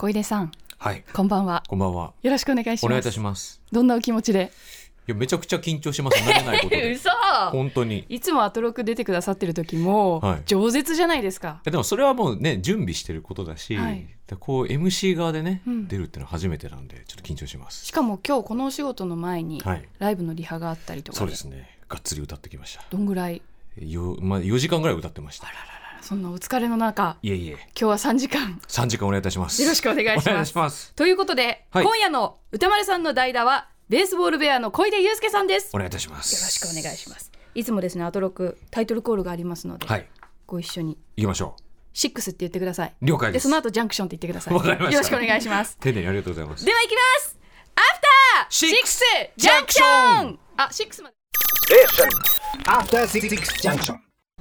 小出さん、 はい、 こんばんは。 こんばんは。 よろしくお願いします。 お願いいたします。 どんなお気持ちで？ いやめちゃくちゃ緊張します。慣れないことで嘘。 本当にいつもアトロク出てくださってる時も、 はい、 饒舌じゃないですか。 でもそれはもうね準備してることだし、はい、こう MC 側でね、出るってのは初めてなんでちょっと緊張します。 しかも今日このお仕事の前に、ライブのリハがあったりとか、 そうですね、がっつり歌ってきました。 どんぐらい 4時間ぐらい歌ってました。 あららら、そんなお疲れの中、 いえいえ、 今日は3時間お願いいたします。 よろしくお願いします。ということで、今夜の歌丸さんの代打はベースボールベアの小出祐介さんです。 お願いいたします。 よろしくお願いします。いつもですね、アトロクタイトルコールがありますので、ご一緒に行きましょう。 6って言ってください。 了解です。 その後ジャンクションって言ってください。 わかりました。 よろしくお願いします。 丁寧にありがとうございます。 では行きます。アフターシックスジャンクション。6まで。 アフターシックスジャンクション。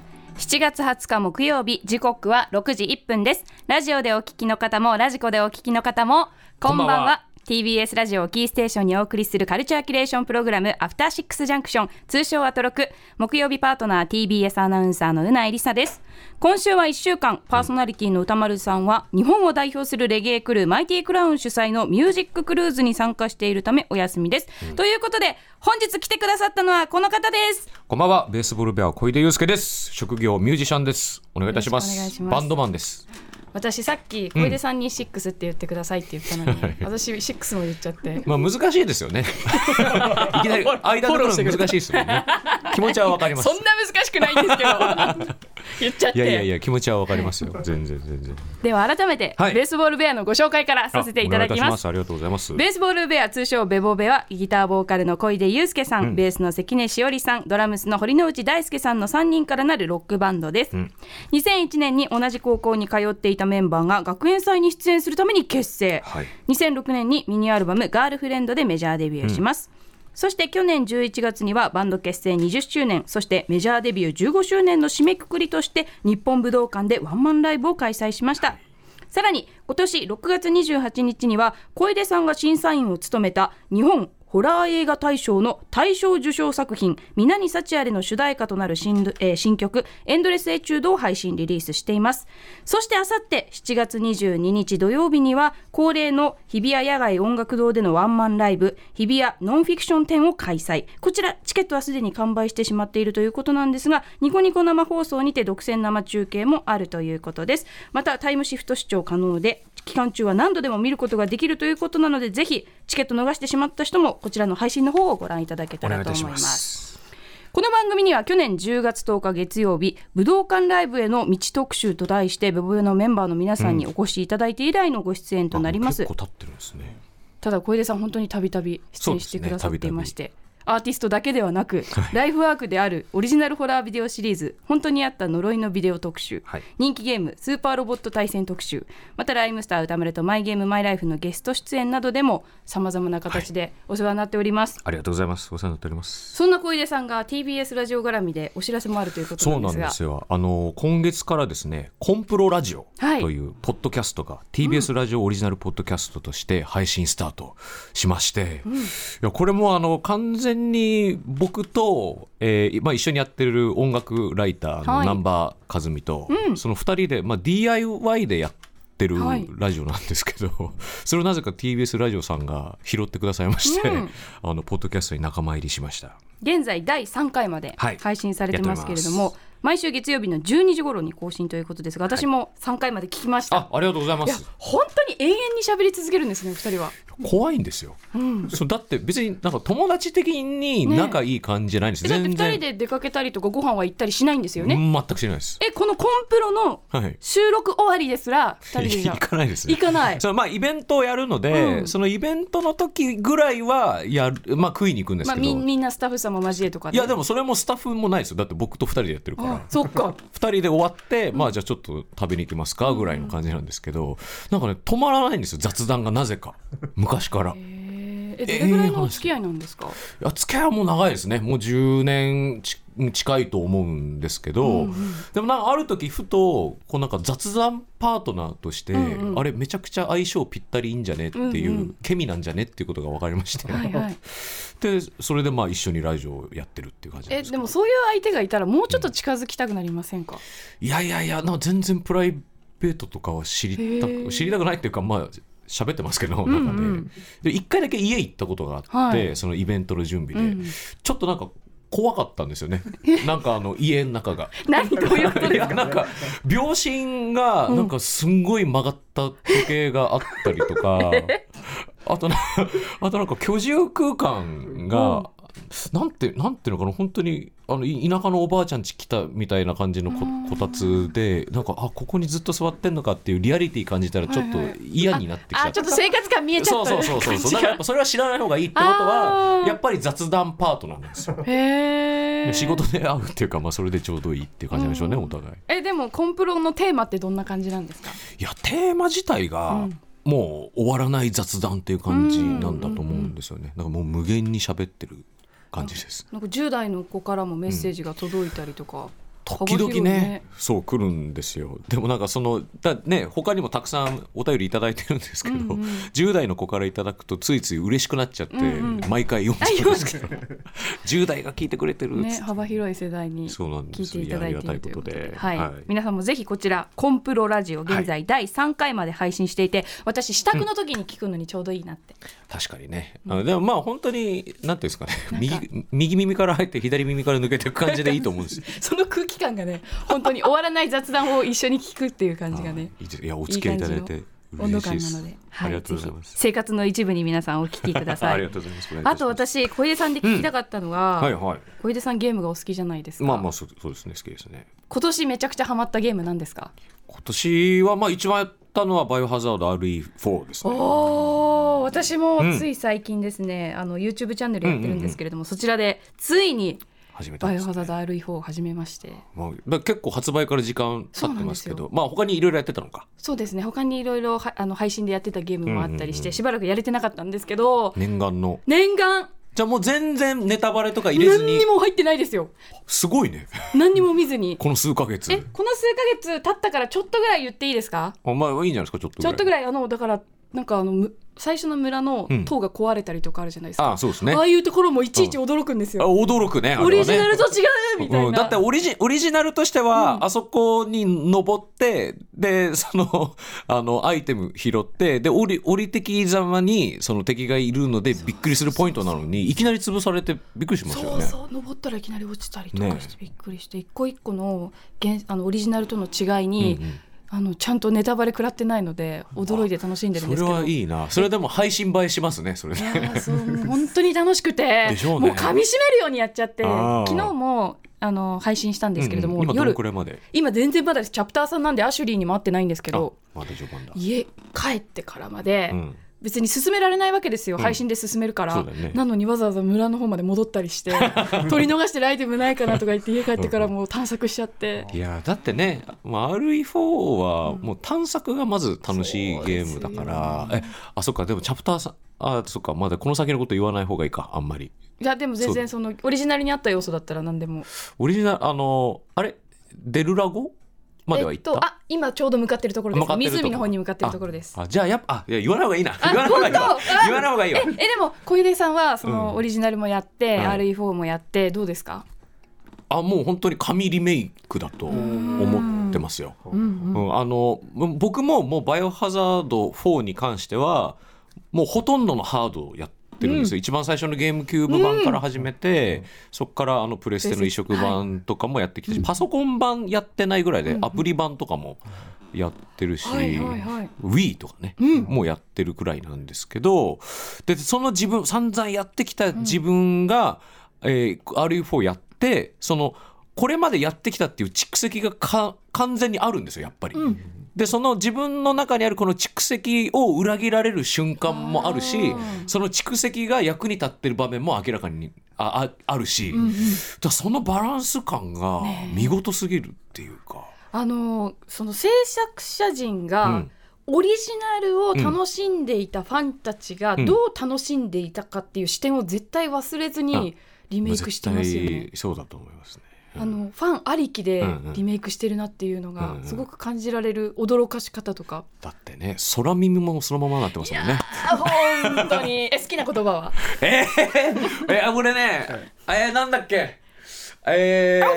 7月20日木曜日、時刻は6時1分です。ラジオでお聞きの方もラジコでお聞きの方もこんばんは。TBS ラジオをキーステーションにお送りするカルチャーキュレーションプログラムアフターシックスジャンクション、通称アトロク。木曜日パートナー TBS アナウンサーのうないりさです。今週は1週間パーソナリティの歌丸さんは日本を代表するレゲエクルーマイティクラウン主催のミュージッククルーズに参加しているためお休みです、ということで本日来てくださったのはこの方です。 こんばんは。ベースボールベア小出祐介です。職業ミュージシャンです。お願いいたします。バンドマンです。 私さっき小出さんに6って言ってくださいって言ったのに、私6も言っちゃって、 難しいですよね。いきなり間のところ難しいですもんね。気持ちはわかります。 そんな難しくないんですけど言っちゃって。 いや気持ちはわかりますよ。全然。 では改めて、ベースボールベアのご紹介からさせていただきます。 ありがとうございます。 ベースボールベア通称ベボベはギターボーカルの小出祐介さん、ベースの関根しおりさん、ドラムスの堀之内大輔さんの3人からなるロックバンドです、2001年に同じ高校に通っていたメンバーが学園祭に出演するために結成、2006年にミニアルバムガールフレンドでメジャーデビューします、そして去年11月にはバンド結成20周年、そしてメジャーデビュー15周年の締めくくりとして日本武道館でワンマンライブを開催しました、さらに今年6月28日には小出さんが審査員を務めた日本ホラー映画大賞の大賞受賞作品皆に幸あれの主題歌となる 新曲エンドレスエチュードを配信リリースしています。そしてあさって7月22日土曜日には恒例の日比谷野外音楽堂でのワンマンライブ日比谷ノンフィクション展を開催。こちらチケットはすでに完売してしまっているということなんですが、ニコニコ生放送にて独占生中継もあるということです。またタイムシフト視聴可能で期間中は何度でも見ることができるということなので、ぜひチケット逃してしまった人もこちらの配信の方をご覧いただけたらと思います。この番組には去年10月10日月曜日武道館ライブへの道特集と題してベボベのメンバーの皆さんにお越しいただいて以来のご出演となります、 結構経ってるんですね。ただ小出さん本当にたびたび出演してくださっていまして、アーティストだけではなく、ライフワークであるオリジナルホラービデオシリーズ本当にあった呪いのビデオ特集、人気ゲームスーパーロボット対戦特集、またライムスター歌丸とマイゲームマイライフのゲスト出演などでもさまざまな形でお世話になっております、 ありがとうございます。お世話になっております。 そんな小出さんが TBS ラジオ絡みでお知らせもあるということなんですが。 そうなんですよ。今月からですねコンプロラジオというポッドキャストが TBS ラジオオリジナルポッドキャストとして配信スタートしまして、いやこれも完全に僕と、一緒にやってる音楽ライターの南波和美と、その2人で、DIY でやってるラジオなんですけど、それをなぜか TBS ラジオさんが拾ってくださいまして、ポッドキャストに仲間入りしました。現在第3回まで配信されてますけれども、毎週月曜日の12時頃に更新ということですが、私も3回まで聞きました。 ありがとうございます。 いや本当に永遠に喋り続けるんですね、2人は。 怖いんですよ、そうだって別になんか友達的に仲いい感じじゃないんです、 だって2人で出かけたりとかご飯は行ったりしないんですよね。 全くしないです。 このコンプロの収録終わりですら2人でじゃ行かないですね。 行かない。 イベントをやるので、そのイベントの時ぐらいは食いに行くんですけど、 みんなスタッフさんも交えとかで。 いやでもそれもスタッフもないですよ。だって僕と2人でやってるから。 そっか 2人で終わって、じゃあちょっと食べに行きますかぐらいの感じなんですけど、なんかね止まらないんですよ、雑談がなぜか昔から。 どれぐらいのお付き合いなんですか？ 付き合いはもう長いですね。もう10年近いと思うんですけど、でもなんかある時ふとこうなんか雑談パートナーとして、あれめちゃくちゃ相性ぴったりいいんじゃねっていう、ケミなんじゃねっていうことが分かりまして、でそれで一緒にラジオをやってるっていう感じなんですけど。 でもそういう相手がいたらもうちょっと近づきたくなりませんか？ いやなんか全然プライベートとかは知りたくないっていうか、 喋ってますけど、中で1回だけ家行ったことがあって、はい、そのイベントの準備で、ちょっとなんか怖かったんですよね。なんか家の中が何どういうことですか？ なんか秒針がなんかすんごい曲がった時計があったりとか、あとなんか居住空間が、なんていうのかな、本当に田舎のおばあちゃん家来たみたいな感じのこたつで、なんかここにずっと座ってんのかっていうリアリティ感じたらちょっと嫌になってきちゃった。 ちょっと生活感見えちゃった。 そうだからやっぱそれは知らない方がいいってことはやっぱり雑談パートなんですよ。仕事で会うっていうか、それでちょうどいいっていう感じなんでしょうね、お互い。 でもコンプロのテーマってどんな感じなんですか？ いや、テーマ自体が、もう終わらない雑談っていう感じなんだと思うんですよね。なんかもう無限に喋ってる感じです。 なんか10代の子からもメッセージが届いたりとか、 時々ね、そう来るんですよ。でもなんか他にもたくさんお便りいただいてるんですけど、10代の子からいただくとついつい嬉しくなっちゃって、毎回読んじゃうんですけど10代が聞いてくれてるっつって、 幅広い世代に聞いていただいているということで、皆さんもぜひこちらコンプロラジオ現在第3回まで配信していて、私支度の時に聞くのにちょうどいいなって、 確かにね。でも本当になんていうんですかね、右耳から入って左耳から抜けていく感じでいいと思うんですよその空気感がね、本当に終わらない雑談を一緒に聞くっていう感じがね、 いや、お付き合いいただいて嬉しいです。温度感なので、 ありがとうございます。 生活の一部に皆さんお聞きください。 ありがとうございます。 あと私、小出さんで聞きたかったのは、小出さんゲームがお好きじゃないですか。 そうですね、好きですね。 今年めちゃくちゃハマったゲームなんですか？ 今年は一番やったのはバイオハザード RE4 ですね。 私もつい最近ですね、YouTube チャンネルやってるんですけれども、そちらでついにバイオハザード RE4 を始めまして、 結構発売から時間経ってますけど、他にいろいろやってたのか。 そうですね、他にいろいろ配信でやってたゲームもあったりして、しばらくやれてなかったんですけど、 念願じゃあもう全然ネタバレとか入れずに、 何にも入ってないですよ。 すごいね。 何にも見ずにこの数ヶ月この数ヶ月経ったからちょっとぐらい言っていいですか？ いいんじゃないですか。ちょっとぐらいだからなんか最初の村の塔が壊れたりとかあるじゃないですか、 そうですね。 ああいうところもいちいち驚くんですよ、 驚くね、 オリジナルと違うみたいな、 だってオリジナルとしては、あそこに登ってでアイテム拾ってで降りてきざまにその敵がいるのでびっくりするポイントなのにいきなり潰されてびっくりしましたよね。 そう登ったらいきなり落ちたりとかしてびっくりして、一個一個のオリジナルとの違いに、ちゃんとネタバレ食らってないので驚いて楽しんでるんですけど、 それはいいな。それでも配信映えしますね、それね。 そう本当に楽しくてでしょうね、 もう噛み締めるようにやっちゃって、昨日も配信したんですけれども、 今どのくらいまで？ 今全然まだです。チャプター3なんでアシュリーにも会ってないんですけど、 まだ序盤だ。 家帰ってからまで、別に進められないわけですよ、配信で進めるから、なのにわざわざ村の方まで戻ったりして取り逃してるアイテムないかなとか言って家帰ってからもう探索しちゃって、 いやだってね、RE4 はもう探索がまず楽しいゲームだから、そっか。でもチャプター3、そっか、まだこの先のこと言わない方がいいか、あんまり。 いやでも全然そのオリジナルにあった要素だったら何でも。 オリジナルあれデルラゴまでは行った？ 今ちょうど向かってるところです。湖の方に向かってるところです。 じゃあやっぱ言わない方がいいな。言わない方がいいわ。 でも小出さんはそのオリジナルもやって、RE4 もやってどうですか？ もう本当に神リメイクだと思ってますよ。僕ももうバイオハザード4に関してはもうほとんどのハードをやってるんですよ。一番最初のゲームキューブ版から始めて、そこからプレステの移植版とかもやってきて、パソコン版やってないぐらいで、アプリ版とかもやってるし、Wii とかね、もうやってるくらいなんですけど、でその散々やってきた自分が、RE4 やってこれまでやってきたっていう蓄積が完全にあるんですよ、やっぱり。でその自分の中にあるこの蓄積を裏切られる瞬間もあるし、その蓄積が役に立ってる場面も明らかにあるし、だそのバランス感が見事すぎるっていうか、 その制作者陣が、オリジナルを楽しんでいたファンたちがどう楽しんでいたかっていう視点を絶対忘れずにリメイクしてますよね。 絶対そうだと思いますね。 ファンありきでリメイクしてるなっていうのがすごく感じられる驚かし方とか。 だってね、空耳もそのままなってますもんね。 本当に好きな言葉はこれね、なんだっけ、とか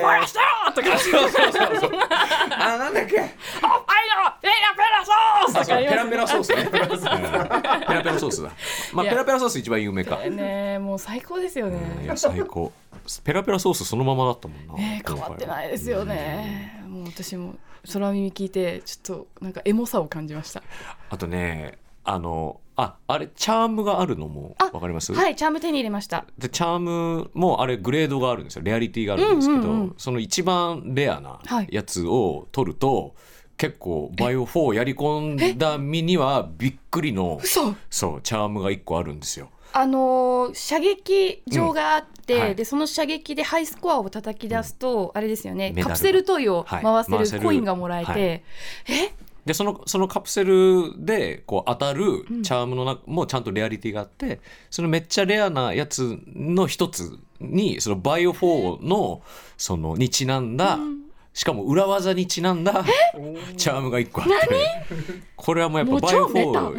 なんだっけ、おっぱいのペラペラソースとかありますねペラペラソースねペラペラソースだ、まあ、ペラペラソース一番有名かね、もう最高ですよね。 いや最高、ペラペラソースそのままだったもんな、 変わってないですよね。もう私も空耳聞いてちょっとなんかエモさを感じました。 あとね、あれチャームがあるのも分かります？ はい、チャーム手に入れました。 でチャームもあれグレードがあるんですよ、レアリティがあるんですけど、その一番レアなやつを取ると、結構バイオ4やり込んだ身にはびっくりのそうチャームが1個あるんですよ。 射撃場があって、はい、でその射撃でハイスコアを叩き出すと、あれですよね、カプセルトイを回せるコインがもらえて、 でそのカプセルでこう当たるチャームの中もちゃんとレアリティがあって、そのめっちゃレアなやつの一つにそのバイオ4のそのにちなんだ、しかも裏技にちなんだチャームが1個あって、これはもうやっぱバイオ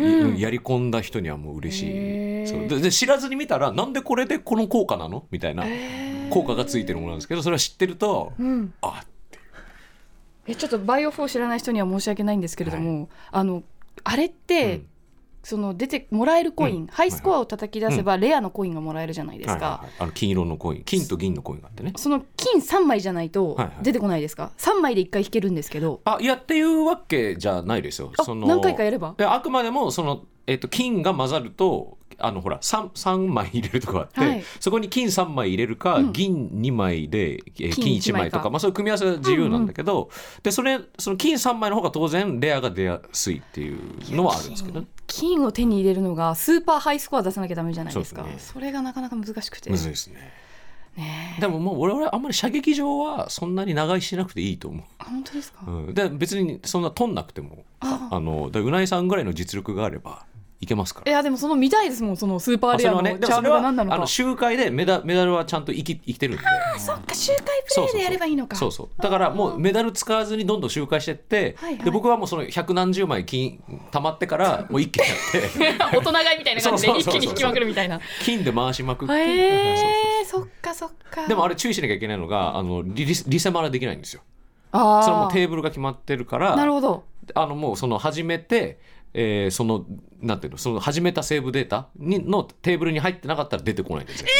4やり込んだ人にはもう嬉しい。そうで知らずに見たらなんでこれでこの効果なのみたいな効果がついてるものなんですけど、それは知ってると、あちょっとバイオ4知らない人には申し訳ないんですけれども、あれって、その出てもらえるコイン、ハイスコアを叩き出せばレアのコインがもらえるじゃないですか。 金色のコイン、金と銀のコインがあってね、 その金3枚じゃないと出てこないですか？3枚で1回引けるんですけど。 いやっていうわけじゃないですよ。 何回かやれば、 あくまでもその、金が混ざるとほら 3枚入れるとかあって、そこに金3枚入れるか、銀2枚で、金1枚とか、そういう組み合わせは自由なんだけど、でその金3枚の方が当然レアが出やすいっていうのはあるんですけど、 金を手に入れるのがスーパーハイスコア出さなきゃダメじゃないですか。 それがなかなか難しくて。 難しいですね。でももう俺あんまり射撃場はそんなに長居しなくていいと思う。 本当ですか？ で別にそんな取んなくても、うないさんぐらいの実力があればいけますから。 いやでもその見たいですもん、そのスーパーレアのチャームが何なのか。 周回でメダルはちゃんと生きてるんで。 そっか、周回プレイでやればいいのか。 そうだからもうメダル使わずにどんどん周回してって、で僕はもうその百何十枚金溜まってからもう一気にやって大人買いみたいな感じで一気に引きまくるみたいな。 金で回しまくって、 そっかそっか。 でもあれ注意しなきゃいけないのがリセマラできないんですよ。それもテーブルが決まってるから。 なるほど。 もうその始めてなんていうの、その始めたセーブデータのテーブルに入ってなかったら出てこないんですよ。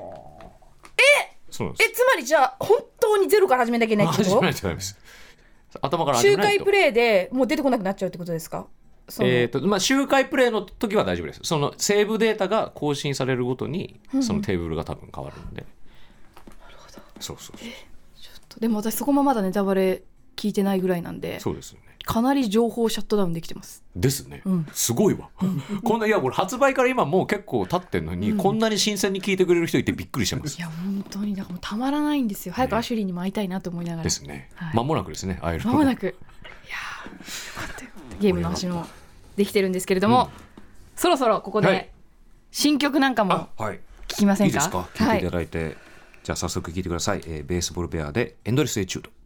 そうなんです。 つまりじゃあ本当にゼロから始めなきゃいけないってこと？ 始めないとダメです。頭から始めないと。 周回プレイでもう出てこなくなっちゃうってことですか？ 周回プレイの時は大丈夫です。そのセーブデータが更新されるごとに、そのテーブルが多分変わるんで。なるほど。 そう。 ちょっとでも私そこもまだネタバレ聞いてないぐらいなんで。 そうですよね。 かなり情報シャットダウンできてますですね、すごいわ、こんないやこれ発売から今もう結構経ってんのに、こんなに新鮮に聞いてくれる人いてびっくりしてます。 いや本当にだからもうたまらないんですよ。早くアシュリーにも会いたいなと思いながらですね、間もなくですね、会える間もなく。いやよかったよ。ゲームの話もできてるんですけれども、そろそろここで新曲なんかも聞きませんか？ いいですか、聞いていただいて、じゃあ早速聞いてください。ベースボールベアでエンドレスエチュード。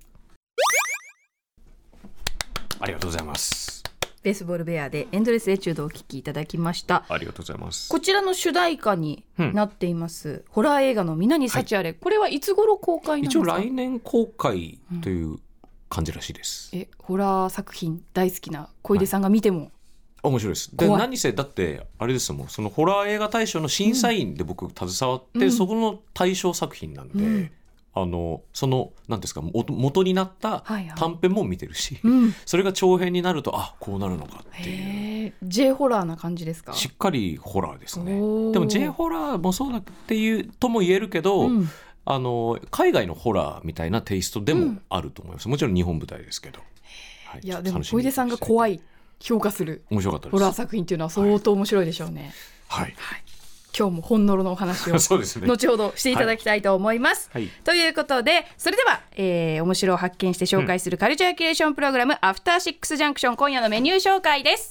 ありがとうございます。 ベースボールベアでエンドレスエチュードをお聴きいただきました。 ありがとうございます。 こちらの主題歌になっています、ホラー映画の皆に幸あれ、これはいつ頃公開なんですか？ 一応来年公開という感じらしいです。 ホラー作品大好きな小出さんが見ても、 面白いです。で何せだってあれですもん、そのホラー映画大賞の審査員で僕携わって、そこの大賞作品なんで、その何ですか、元になった短編も見てるし、それが長編になるとこうなるのかっていう。 J ホラーな感じですか？ しっかりホラーですね。でも J ホラーもそうだっていうとも言えるけど、海外のホラーみたいなテイストでもあると思います。もちろん日本舞台ですけど、 いやでも小出さんが怖い評価する面白かったです。 ホラー作品っていうのは相当面白いでしょうね。今日もほんのろのお話をそうですね、 後ほどしていただきたいと思います、ということで、それでは、面白を発見して紹介するカルチャーキュレーションプログラム、アフターシックスジャンクション、今夜のメニュー紹介です。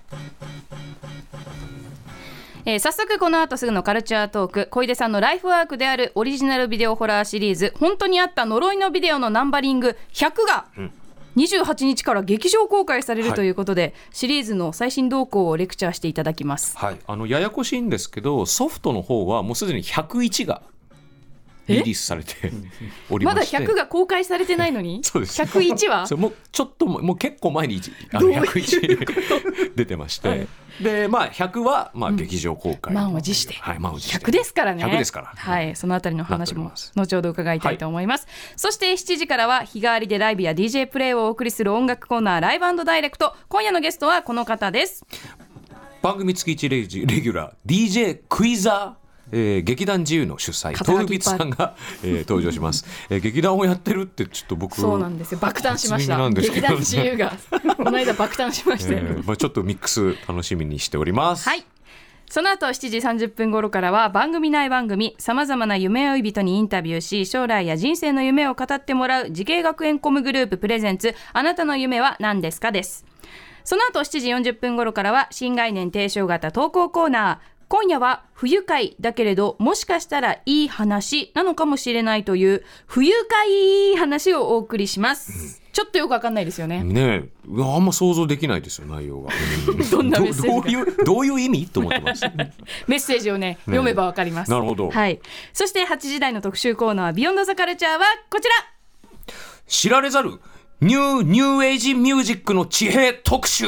早速この後すぐのカルチャートーク、小出さんのライフワークであるオリジナルビデオホラーシリーズ、本当にあった呪いのビデオのナンバリング100が、28日から劇場公開されるということで、シリーズの最新動向をレクチャーしていただきます。 ややこしいんですけど、ソフトの方はもうすでに101がリリースされておりまして、 まだ100が公開されてないのにそうです 101はそれもうちょっともう結構前に101出てまして、はい、でまあ100はまあ劇場公開、 満を持して、 はい、満を持して 100ですからね。 100ですから、 はい、そのあたりの話も後ほど伺いたいと思います、はい、そして7時からは日替わりでライブや DJ プレイをお送りする音楽コーナーライブ&ダイレクト。今夜のゲストはこの方です。 番組月1レギュラー DJ クイザー、劇団自由の主催トルビツさんが、登場します、劇団をやってるってちょっと僕そうなんですよ、爆誕しました、 ね、 劇団自由がこの間爆誕しまして、 まあ、ちょっとミックス楽しみにしております。 はい、その後7時30分頃からは番組内番組さまざまな夢追い人にインタビューし、将来や人生の夢を語ってもらう慈恵学園コムグループプレゼンツあなたの夢は何ですかです。その後7時40分頃からは新概念提唱型投稿コーナー。今夜は不愉快だけれどもしかしたらいい話なのかもしれないという不愉快話をお送りします、ちょっとよくわかんないですよね。 ねえ、あんま想像できないですよ内容がどんなメッセージどういう意味と思ってますメッセージをね読めばわかります。 なるほど、 はい、そして8時台の特集コーナービヨンドザカルチャーはこちら、 知られざるニューエイジミュージックの地平特集。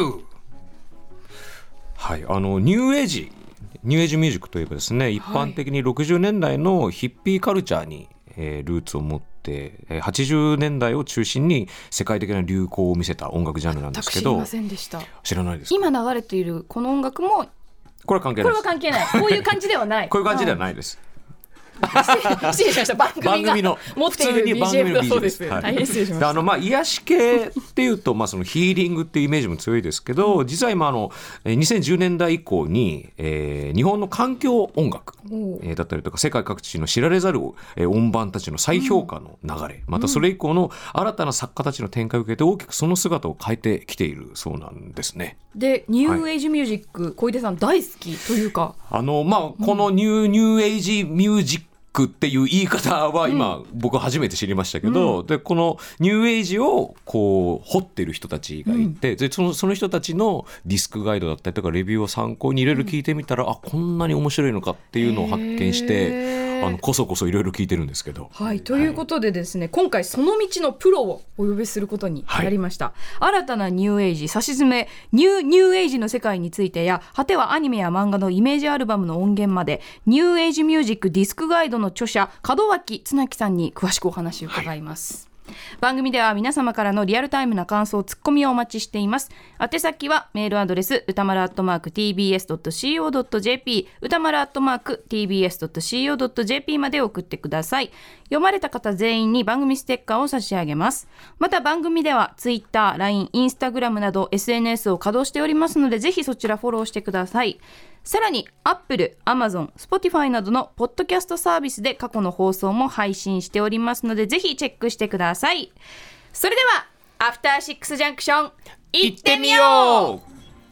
はい、ニューエイジミュージックといえばですね、一般的に60年代のヒッピーカルチャーに、ルーツを持って80年代を中心に世界的な流行を見せた音楽ジャンルなんですけど、 知りませんでした。 知らないですか。 今流れているこの音楽もこれは関係ないです。 これは関係ない、こういう感じではないこういう感じではないです、 失礼しました。番組の持っている BGM だそうです、大変失礼しました。 癒し系っていうと、そのヒーリングっていうイメージも強いですけど、実は今2010年代以降に、日本の環境音楽、だったりとか世界各地の知られざる、音盤たちの再評価の流れ、またそれ以降の新たな作家たちの展開を受けて大きくその姿を変えてきているそうなんですね。 でニューエイジミュージック、小出さん大好きというか、 このニューエイジミュージックっていう言い方は今、僕は初めて知りましたけど、でこのニューエイジをこう掘ってる人たちがいて、でその人たちのディスクガイドだったりとかレビューを参考にいろいろ聞いてみたら、こんなに面白いのかっていうのを発見して、こそこそいろいろ聞いてるんですけど、 はい、ということでですね、今回その道のプロをお呼びすることになりました、新たなニューエイジ差し詰めニューエイジの世界についてや、果てはアニメや漫画のイメージアルバムの音源まで、ニューエイジミュージックディスクガイドの著者門脇綱木さんに詳しくお話を伺います、番組では皆様からのリアルタイムな感想ツッコミをお待ちしています。宛先はメールアドレス歌丸@tbs.co.jp 歌丸@tbs.co.jp まで送ってください。読まれた方全員に番組ステッカーを差し上げます。また番組では Twitter、LINE、Instagram など SNS を稼働しておりますので、ぜひそちらフォローしてください。さらに Apple、Amazon、Spotify などのポッドキャストサービスで過去の放送も配信しておりますので、ぜひチェックしてください。それではアフターシックスジャンクション行ってみよう。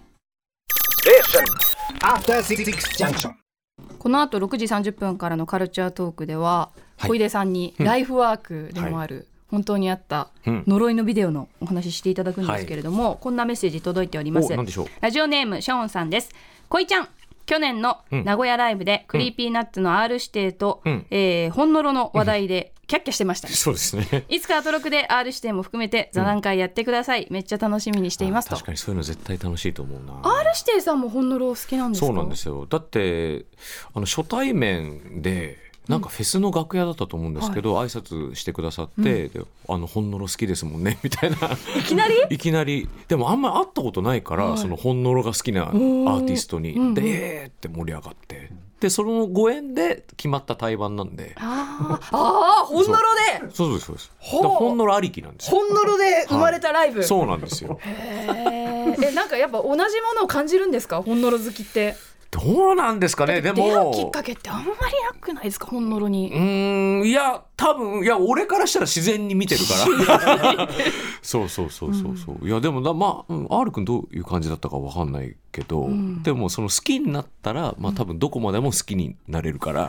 After 6 junction。 この後6時30分からのカルチャートークでは、小出さんにライフワークでもある、本当にあった呪いのビデオのお話ししていただくんですけれども、こんなメッセージ届いております。 何でしょう。 ラジオネームショーンさんです。小井ちゃん、去年の名古屋ライブでクリーピーナッツの R 指定と、ホンノロの話題でキャッキャしてましたね。 そうですね。 いつかアトロクで R 指定も含めて座談会やってください、めっちゃ楽しみにしていますと。 確かにそういうの絶対楽しいと思うな。 R 指定さんもホンノロ好きなんですか。 そうなんですよ。だって初対面でなんかフェスの楽屋だったと思うんですけど、挨拶してくださって、でホンノロ好きですもんねみたいな。いきなりでもあんまり会ったことないから、そのホンノロが好きなアーティストにでって盛り上がって、でそのご縁で決まった対バンなんで、 ホンノロで。 そうですホンノロありきなんですよ。 ホンノロで生まれたライブ、 そうなんですよ。 なんかやっぱ同じものを感じるんですか、ホンノロ好きって。 どうなんですかね。でも出会うきっかけってあんまりなくないですか、ホンノロに。 いや多分俺からしたら自然に見てるからそう、いやでもR 君どういう感じだったか分かんないけど、でもその好きになったら、多分どこまでも好きになれるから、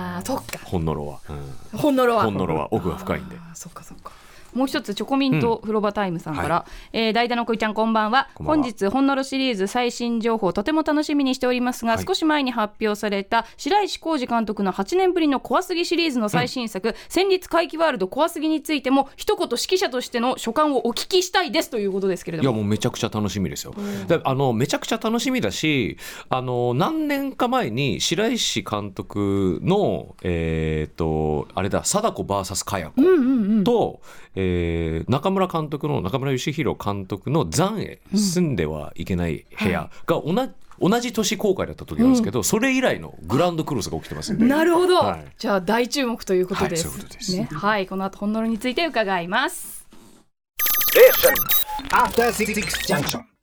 そっか。 ホンノロは、 ホンノロは奥が深いんで。 そっかもう一つチョコミント風呂場タイムさんから、代打のこいちゃんこんばんは。本日ほんのろシリーズ最新情報とても楽しみにしておりますが、少し前に発表された白石浩二監督の8年ぶりの怖すぎシリーズの最新作、戦慄怪奇ワールド怖すぎについても一言指揮者としての所感をお聞きしたいですということですけれども。 いやもうめちゃくちゃ楽しみですよ。めちゃくちゃ楽しみだし、何年か前に白石監督のあれだ貞子 VS かや子と、中村義弘監督の残影、住んではいけない部屋が同じ年公開だった時なんですけど、それ以来のグランドクロスが起きてますんで。 なるほど、じゃあ大注目ということです。 そういうことですね。この後ほんのろについて伺います。 After 66 junction.